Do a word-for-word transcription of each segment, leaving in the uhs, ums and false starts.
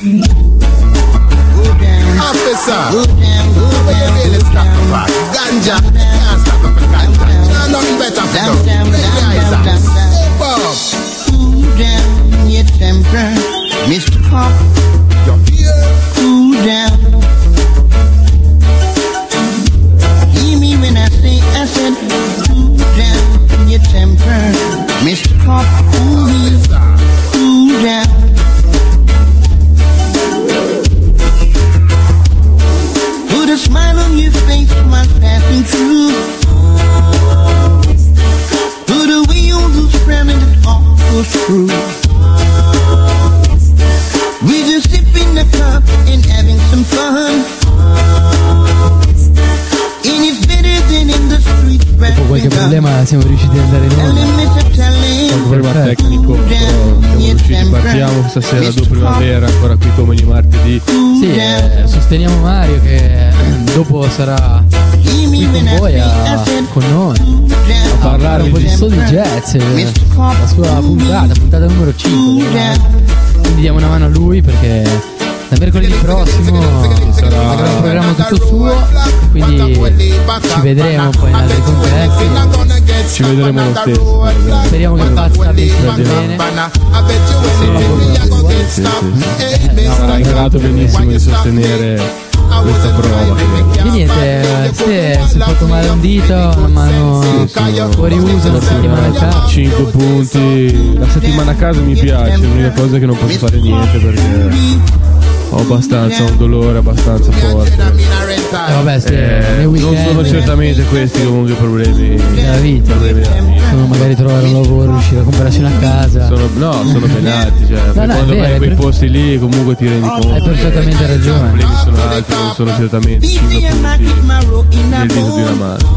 Officer, when you really stop the rock, ganja, can't stop up a ganja. There's nothing better for them. Play the eyes out. Bob. Cool down your temper, Mister Cop. You're here. Cool down. Hear me when I say, I said, cool down your temper, Mister Cop. Cool me, cool down. Put a smile on your face while passing through. Put away all those frowning that awful screw. We just sipping the cup and having some fun. And it's better than in the street. Dopo qualche problema siamo riusciti ad andare in onda. Un problema tecnico, però siamo riusciti, partiamo questa sera dopo primavera, ancora qui come ogni martedì. Sì, eh, sosteniamo Mario che dopo sarà qui con voi, a, con noi, a parlare un po' di solo di jazz, la sua puntata, puntata numero cinque. Quindi diamo una mano a lui perché da mercoledì prossimo sarà un programma tutto suo, quindi ci vedremo poi in altri contesti. Ci vedremo lo stesso. Speriamo che Pazza abbia bene. Sì, sì, sì. Sarà in grado benissimo di sostenere questa prova. E niente, se si è fatto male un dito, una mano fuori uso la settimana a casa. cinque punti. La settimana a casa mi piace, l'unica cosa è che non posso fare niente perché ho abbastanza un dolore abbastanza forte. Eh, vabbè, se eh, non sono certamente questi comunque i problemi della vita. Problemi della vita. Sono magari trovare un lavoro, riuscire a comprarsi una casa. Sono, no, sono penati, cioè, no, no, quando vai in quei per... posti lì comunque ti rendi conto. Hai perfettamente ragione. I problemi sono altri, non sono certamente cinque punti nel dito di una mano.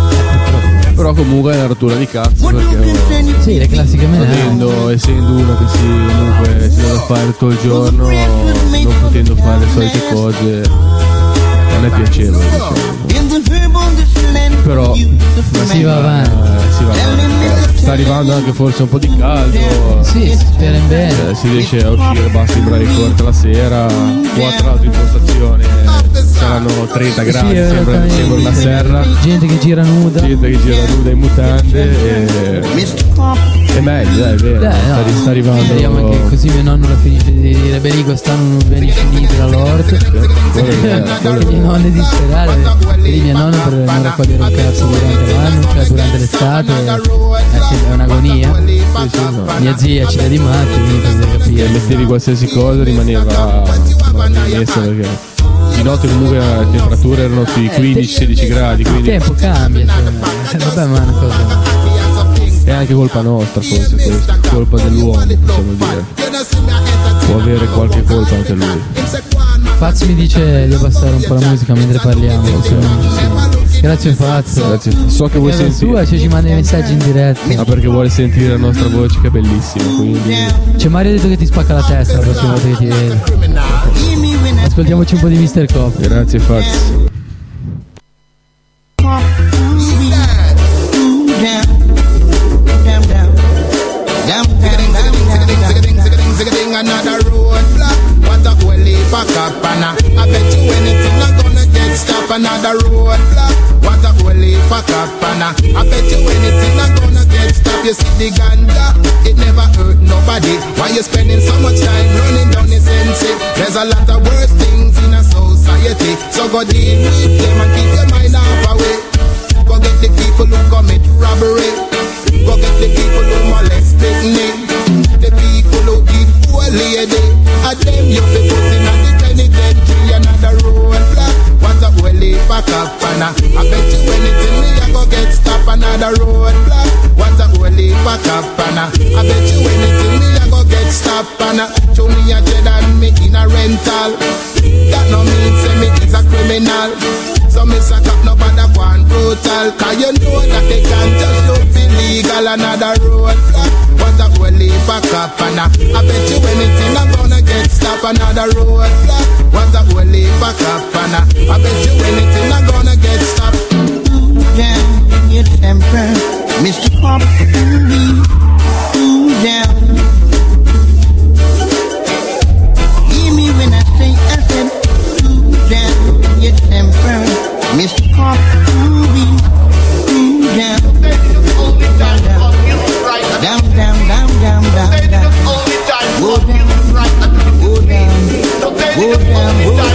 Però comunque è una rottura di cazzo perché ho, sì, le classiche avendo, essendo uno che si comunque si deve fare tutto il giorno, non potendo fare le solite cose, non è piacevole, diciamo. Però ma si va avanti, eh, si va avanti. Sta arrivando anche forse un po' di caldo. Sì, si spera in bene. Eh, si riesce a uscire, basta sembrare corta la sera. Qua tra l'altro in postazione saranno trenta gradi, sì, sembra, sembra una serra. Gente che gira nuda. Gente che gira nuda in mutande. E... è meglio, dai, è vero. Dai, no, sta, sta arrivando. Speriamo che così mio nonno la finisce di dire beh, quest'anno non vieni finito dall'orto. Che mia nonna è disperata. Vedi mia nonna per non raccogliere un cazzo durante l'anno, cioè durante l'estate. È un'agonia. Sì, sì, no. Mia zia ci dà di matti, quindi capire. Mettevi qualsiasi cosa rimaneva messa perché di notte comunque le temperature erano sui quindici sedici gradi, quindi il tempo cambia, cioè, vabbè, ma è una cosa. È anche colpa nostra forse questa, colpa dell'uomo possiamo dire. Può avere qualche colpa anche lui. Faz mi dice di abbassare un po' la musica mentre parliamo, se non ci siamo. Grazie Faz. Grazie. So che vuoi sentire. Sua, cioè, ci manda i messaggi in diretta. Ah, perché vuole sentire la nostra voce che è bellissima, quindi. C'è Mario ha detto che ti spacca la testa la prossima volta che ti vede. Ascoltiamoci un po' di mister Cop. Grazie Faz. Another roadblock, what a whole heap of cop and I bet you anything I'm gonna get stop. Another roadblock, what a whole heap of cop and I bet you anything I'm gonna get stop. You see the ganja, it never hurt nobody. Why you spending so much time running down the sense? There's a lot of worse things in a society, so go deal with them and keep your mind off away. Go get the people who commit robbery, go get the people who molest me, the people who eat poor lady, and them you be putting on the penitentiary. Another roadblock, what a whole heap of cop and I bet you anything me I go get stop. Another roadblock, what a whole heap of cop and I bet you anything me I go get stop. And show me a jet and me in a rental, that no mean say me is a criminal. So me suck up no bother one brutal, cause you know that they can't just shoot illegal. Another roadblock, what a whole heap of cop and I bet you anything I'm gonna get stop. Another roadblock, what a whole heap of cop and I bet you anything I'm gonna get stop. Cool down your temper, Mister Pop, cool down. Hear me down, down, down. Go down, go down, go down, go down, go down, go down.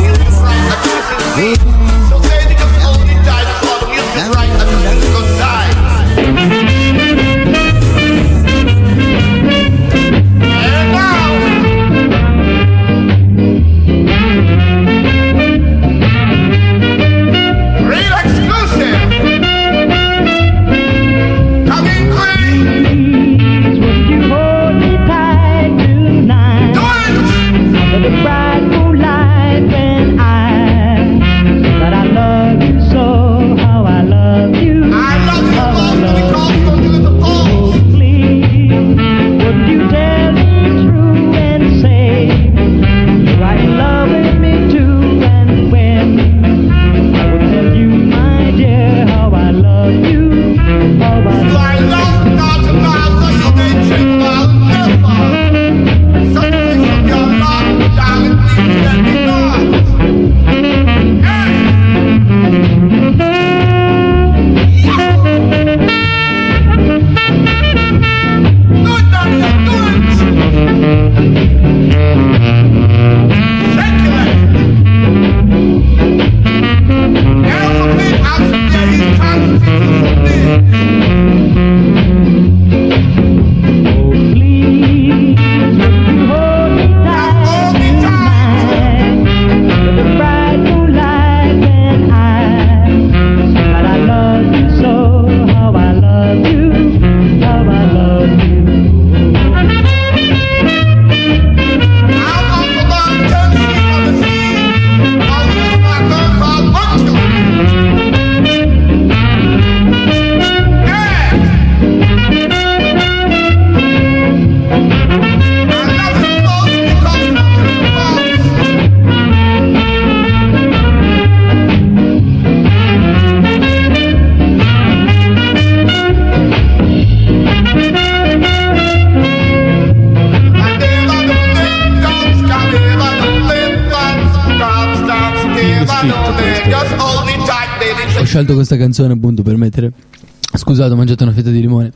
Ho scelto questa canzone appunto per mettere, scusate ho mangiato una fetta di limone,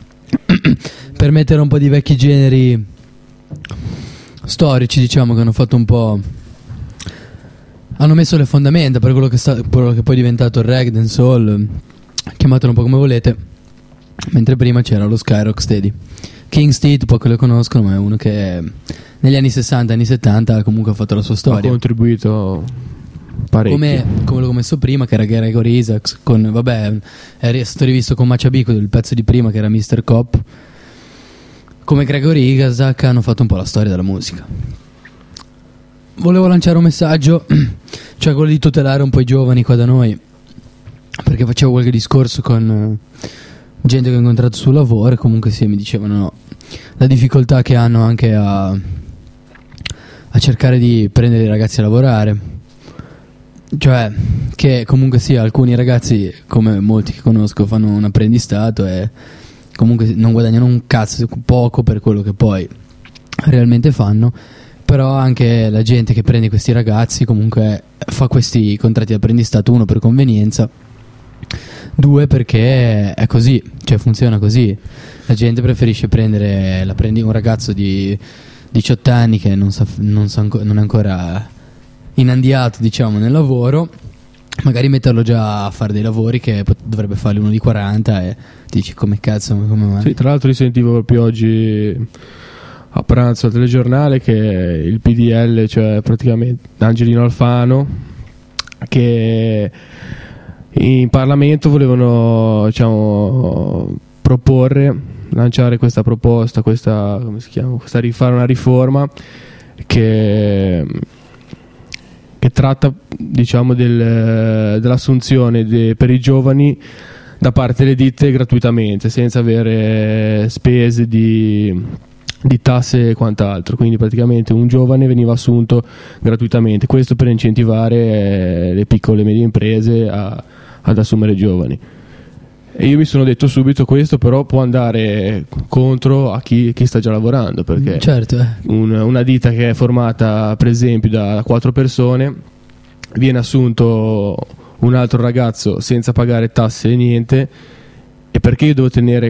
per mettere un po' di vecchi generi storici, diciamo, che hanno fatto un po', hanno messo le fondamenta per quello che, sta, quello che poi è diventato il reggae, dancehall, chiamatelo un po' come volete, mentre prima c'era lo Sky Rocksteady. King Steed pochi lo conoscono, ma è uno che negli anni sessanta, anni settanta comunque ha fatto la sua storia, ha contribuito parecchio. Come, come l'ho messo prima, che era Gregory Isaacs, con, vabbè, è stato rivisto con Maciabico, il pezzo di prima che era mister Cop. Come Gregory Isaac hanno fatto un po' la storia della musica. Volevo lanciare un messaggio, cioè quello di tutelare un po' i giovani qua da noi, perché facevo qualche discorso con gente che ho incontrato sul lavoro e comunque sì, mi dicevano la difficoltà che hanno anche a, a cercare di prendere i ragazzi a lavorare. Cioè che comunque sia, alcuni ragazzi, come molti che conosco, fanno un apprendistato e comunque non guadagnano un cazzo, poco per quello che poi realmente fanno. Però anche la gente che prende questi ragazzi comunque fa questi contratti di apprendistato, uno per convenienza, due perché è così, cioè funziona così. La gente preferisce prendere la prendi un ragazzo di diciotto anni che non sa, non sa non è ancora inandiato, diciamo, nel lavoro, magari metterlo già a fare dei lavori che pot- dovrebbe farli uno di quaranta e ti dici come cazzo, come mai? Sì, tra l'altro io sentivo proprio oggi a pranzo al telegiornale che il P D L, cioè praticamente Angelino Alfano, che in Parlamento volevano, diciamo, proporre, lanciare questa proposta, questa, come si chiama, questa rifare una riforma che che tratta, diciamo, del, dell'assunzione de, per i giovani da parte delle ditte gratuitamente, senza avere spese di, di tasse e quant'altro. Quindi praticamente un giovane veniva assunto gratuitamente, questo per incentivare eh, le piccole e medie imprese a, ad assumere giovani. E io mi sono detto subito, questo però può andare contro a chi, chi sta già lavorando, perché certo, eh. un, una ditta che è formata per esempio da quattro persone, viene assunto un altro ragazzo senza pagare tasse e niente, e perché io devo tenere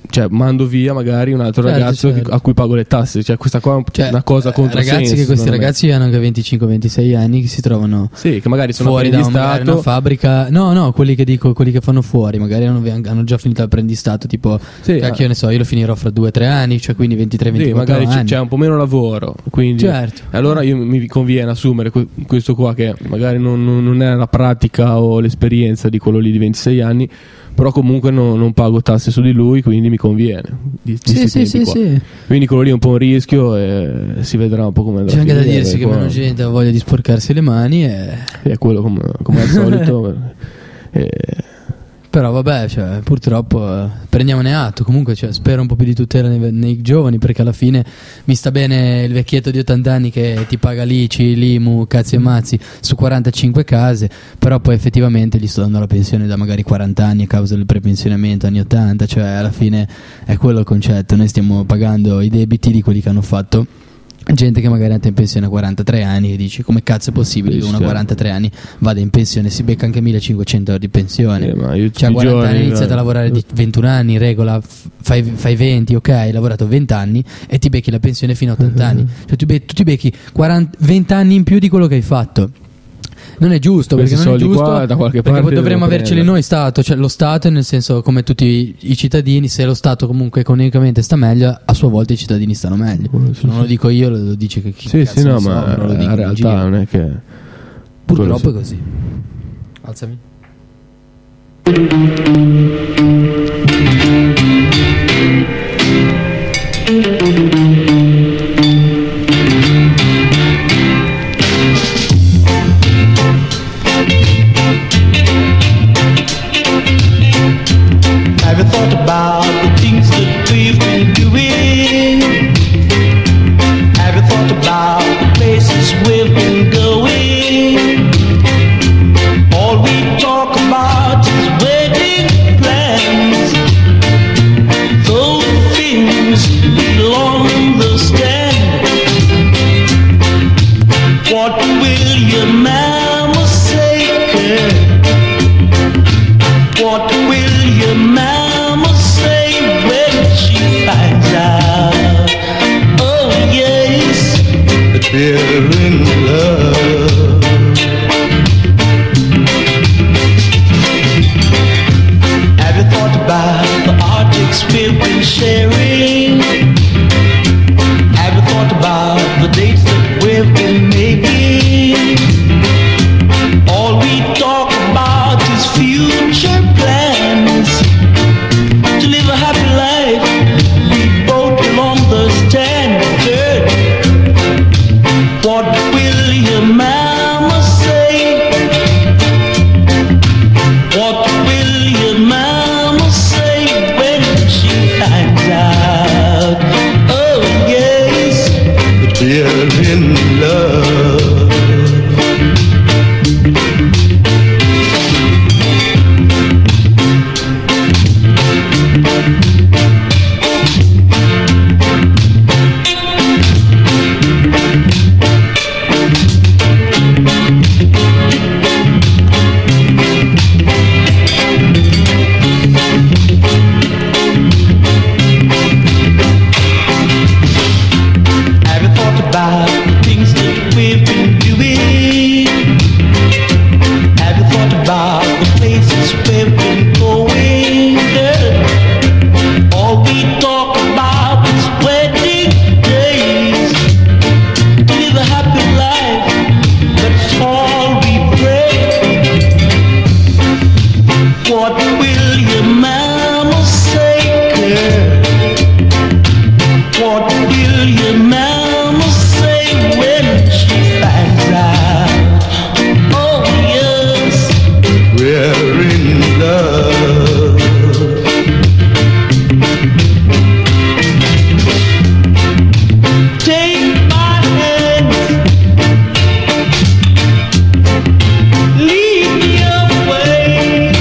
cioè mando via magari un altro certo, ragazzo certo. Che, a cui pago le tasse, cioè questa qua è cioè, una cosa controsenso. Ragazzi che questi ragazzi me. hanno anche venticinque ventisei anni, che si trovano sì, che magari sono fuori da una fabbrica, no no quelli che dico, quelli che fanno fuori magari hanno, hanno già finito l'apprendistato, tipo sì, cacchio, eh. ne so, io lo finirò fra due tre anni, cioè quindi ventitré ventiquattro sì, magari anni. c'è un po' meno lavoro, quindi certo. allora io mi conviene assumere questo qua che magari non, non è la pratica o l'esperienza di quello lì di ventisei anni, però comunque no, non pago tasse su di lui, quindi mi conviene di, di sì, sì, sì, sì. Quindi quello lì è un po' un rischio e si vedrà un po' come andrà. C'è anche da dirsi che meno gente ha voglia di sporcarsi le mani e è quello come, come al solito e... Però vabbè, cioè, purtroppo eh, prendiamone atto. Comunque, cioè, spero un po' più di tutela nei, nei giovani, perché alla fine mi sta bene il vecchietto di ottanta anni che ti paga l'I C I, l'I M U, cazzi e mazzi su quarantacinque case, però poi effettivamente gli sto dando la pensione da magari quaranta anni a causa del prepensionamento anni ottanta. Cioè alla fine è quello il concetto, noi stiamo pagando i debiti di quelli che hanno fatto gente che magari è andata in pensione a quarantatré anni e dici come cazzo è possibile che uno a quarantatré anni vada in pensione, si becca anche millecinquecento euro di pensione, eh, ma io cioè a quaranta anni hai iniziato eh. a lavorare di ventuno anni, regola, fai, fai venti, ok, hai lavorato venti anni e ti becchi la pensione fino a ottanta anni, cioè tu, be- tu ti becchi quaranta, venti anni in più di quello che hai fatto. Non è giusto, questi perché non è giusto qua, da qualche perché parte dovremmo averceli prendere. noi Stato, cioè lo Stato nel senso come tutti i cittadini, se lo Stato comunque economicamente sta meglio, a sua volta i cittadini stanno meglio. Sì, non sì. lo dico io, lo dice che chi sì cazzo sì no ne so, ma non lo dico in in realtà giro. non è che Purtroppo quello è così. Alzami. Have you thought about the things that we've been doing? Have you thought about the places we've been going? All we talk about is wedding plans. Those things we don't understand. What will your mama say, girl? What will your mama say when she finds out? Oh yes, that we're in love. Have you thought about the objects we've been sharing? Have you thought about the dates that we've been making? All we talk about is future plans to live a happy life. We both will understand. What will your mama say? What will your mama say when she finds out? Oh yes, that we're in love. Have you thought about the things that we've been doing? Have you thought about the places we've been going? Girl, all we talk about is wedding days. To live a happy life, that's all we pray. What will your mama say, girl? What will your mama say when she finds out? Oh yes, we're in love. Take my hand, lead me away.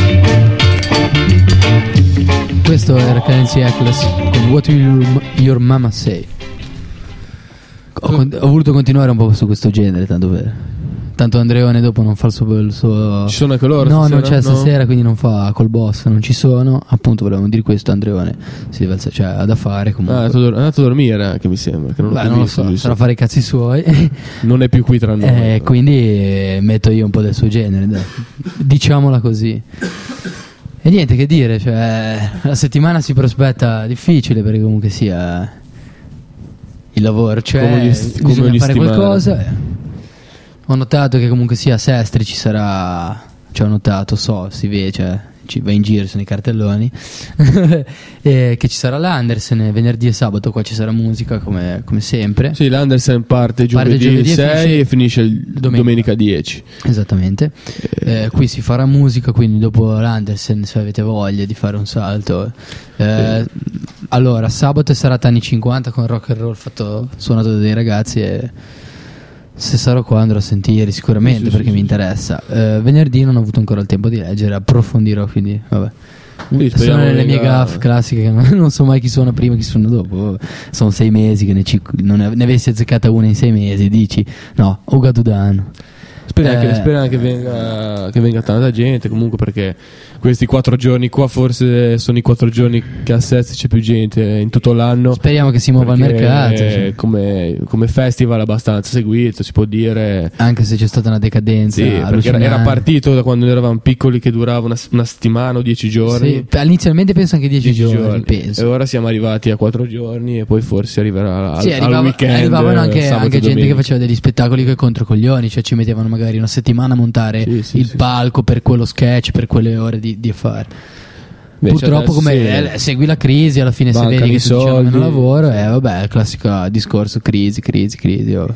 Questo era Cancy Eccles con What Will Your, Your Mama Say. Ho, con- ho voluto continuare un po' su questo genere, tanto per tanto Andreone dopo non fa il suo, il suo... Ci sono anche loro no, stasera? non c'è No? stasera, quindi non fa col boss, non ci sono. Appunto volevamo dire questo, Andreone si deve alzare, cioè ha da fare comunque. Ah, è andato, è andato a dormire anche, mi sembra che non, Beh, l'ho non lo visto, so, lui, sarà a sì. fare i cazzi suoi. Non è più qui tra noi. Eh, quindi eh, metto io un po' del suo genere, dai. Diciamola così. E niente che dire, cioè la settimana si prospetta difficile perché comunque sia il lavoro, cioè Come gli- come bisogna ogni fare settimana. qualcosa. eh. Ho notato che comunque sia a Sestri ci sarà, cioè ho notato, so, si vede, cioè ci va in giro, sono i cartelloni e che ci sarà l'Andersen e venerdì e sabato qua ci sarà musica come, come sempre. Sì, l'Andersen parte giovedì, Parte giovedì e sei e finisce il domenica. domenica dieci. Esattamente. Eh, qui si farà musica, quindi dopo l'Andersen, se avete voglia di fare un salto. Eh, allora, sabato sarà anni cinquanta con rock and roll fatto, suonato da dei ragazzi e se sarò qua andrò a sentire sicuramente Sì, sì, perché sì, mi sì. interessa. Eh, venerdì non ho avuto ancora il tempo di leggere, approfondirò, quindi vabbè. Sì, Sono speriamo le mie venga- gaffe classiche che non, non so mai chi suona prima e chi suona dopo. Sono sei mesi che ne, ci- non ne, ne avessi azzeccata una in sei mesi, dici no, Uga Dudan. Speriamo, Eh. che, speriamo che, venga, che venga tanta gente comunque, perché questi quattro giorni qua forse sono i quattro giorni che a Sestri c'è più gente in tutto l'anno. Speriamo che si muova il perché mercato, sì. come, come festival abbastanza seguito, si può dire. Anche se c'è stata una decadenza Sì, perché era, allucinante. era partito da quando eravamo piccoli che durava una, una settimana o dieci giorni. Sì, inizialmente penso anche dieci, giorni, penso. E ora siamo arrivati a quattro giorni e poi forse arriverà al, Sì, al arrivava- weekend. arrivavano anche, sabato anche e gente che domenica. faceva degli spettacoli che contro coglioni, cioè ci mettevano magari una settimana a montare Sì, sì, il sì, palco per quello sketch, per quelle ore di, di fare. Invece Purtroppo adesso come sì. eh, segui la crisi, alla fine se Mancano vedi i che tutti hanno meno soldi. lavoro, eh, vabbè, il classico discorso crisi, crisi, crisi. oh.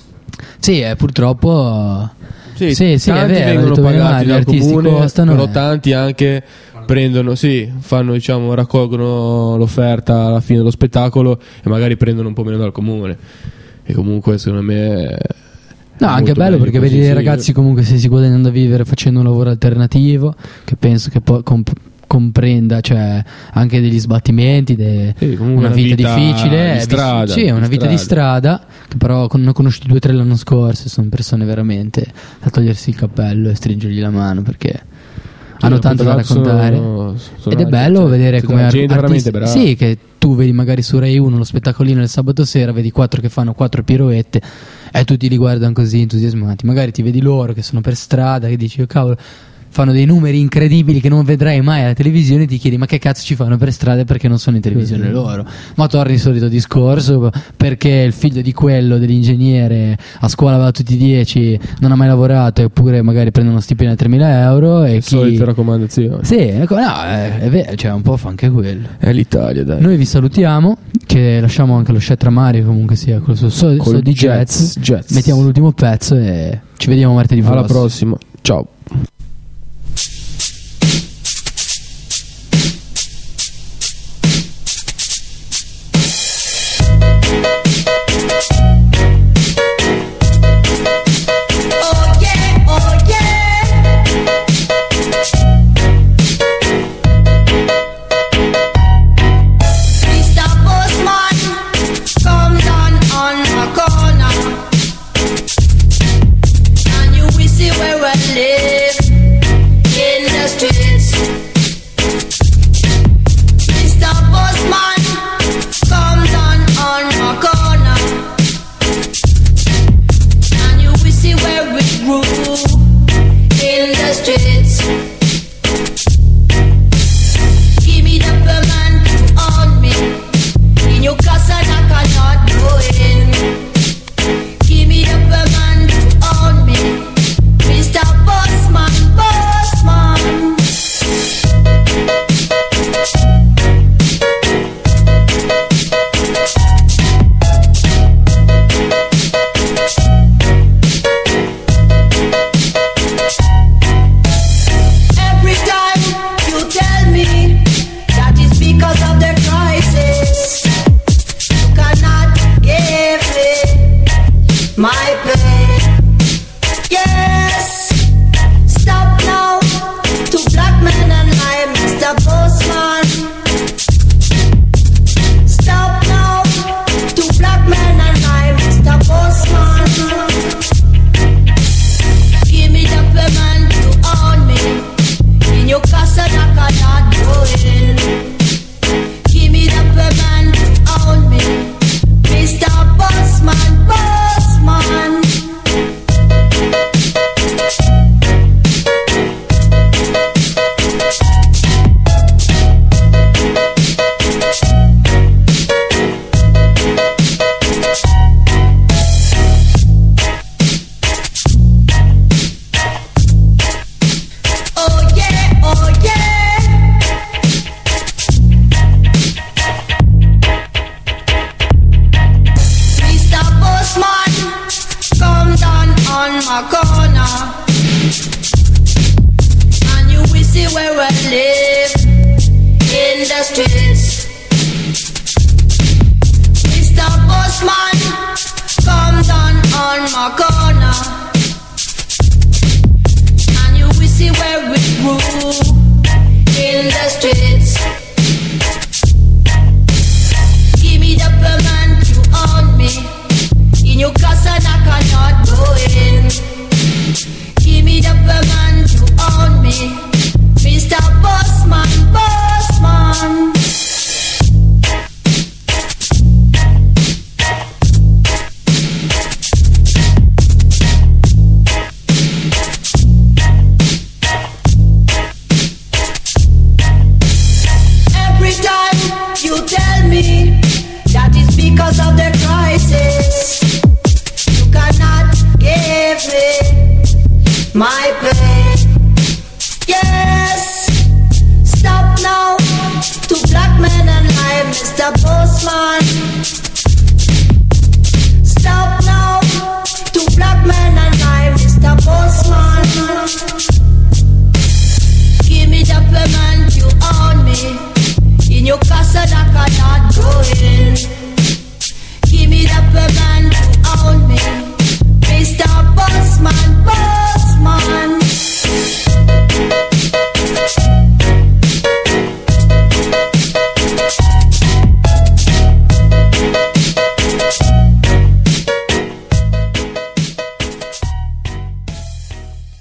Sì, eh, purtroppo Sì, sì, sì, è tanti vero, hai vengono detto bene, pagati ma gli dal artisti comune, costano, però eh. tanti anche prendono, sì, fanno, diciamo, raccolgono l'offerta alla fine dello spettacolo e magari prendono un po' meno dal comune. E comunque secondo me No, anche molto bello meglio perché così, vedi dei sì. ragazzi comunque se si guadagnano da vivere facendo un lavoro alternativo che penso che poi comp- comprenda, cioè anche degli sbattimenti, de- Sì, comunque una una vita, vita difficile, di eh, vis- strada, sì, una di vita di strada che però con- ne ho conosciuti due o tre l'anno scorso, sono persone veramente da togliersi il cappello e stringergli la mano perché hanno tanto da raccontare. Sono- sono Ed è anche- bello cioè, vedere c'è come della ar- gente veramente artisti- brava. sì, che tu vedi magari su Rai uno lo spettacolino il sabato sera, vedi quattro che fanno quattro piroette e tutti li guardano così entusiasmati. Magari ti vedi loro che sono per strada che dici oh, cavolo, fanno dei numeri incredibili che non vedrai mai alla televisione e ti chiedi ma che cazzo ci fanno per strada e perché non sono in televisione Sì, sì. loro. Ma torni il solito discorso perché il figlio di quello dell'ingegnere a scuola va tutti i dieci, non ha mai lavorato eppure magari prende uno stipendio di tremila euro e Le chi... solite raccomandazioni. Sì, ecco, no, è, è vero, cioè un po' fa anche quello. È l'Italia, dai. Noi vi salutiamo, che lasciamo anche lo Scetra Mario comunque sia con il suo so, Col so di jazz. jazz, jazz. Mettiamo l'ultimo pezzo e ci vediamo martedì Alla prossimo. prossima. Ciao.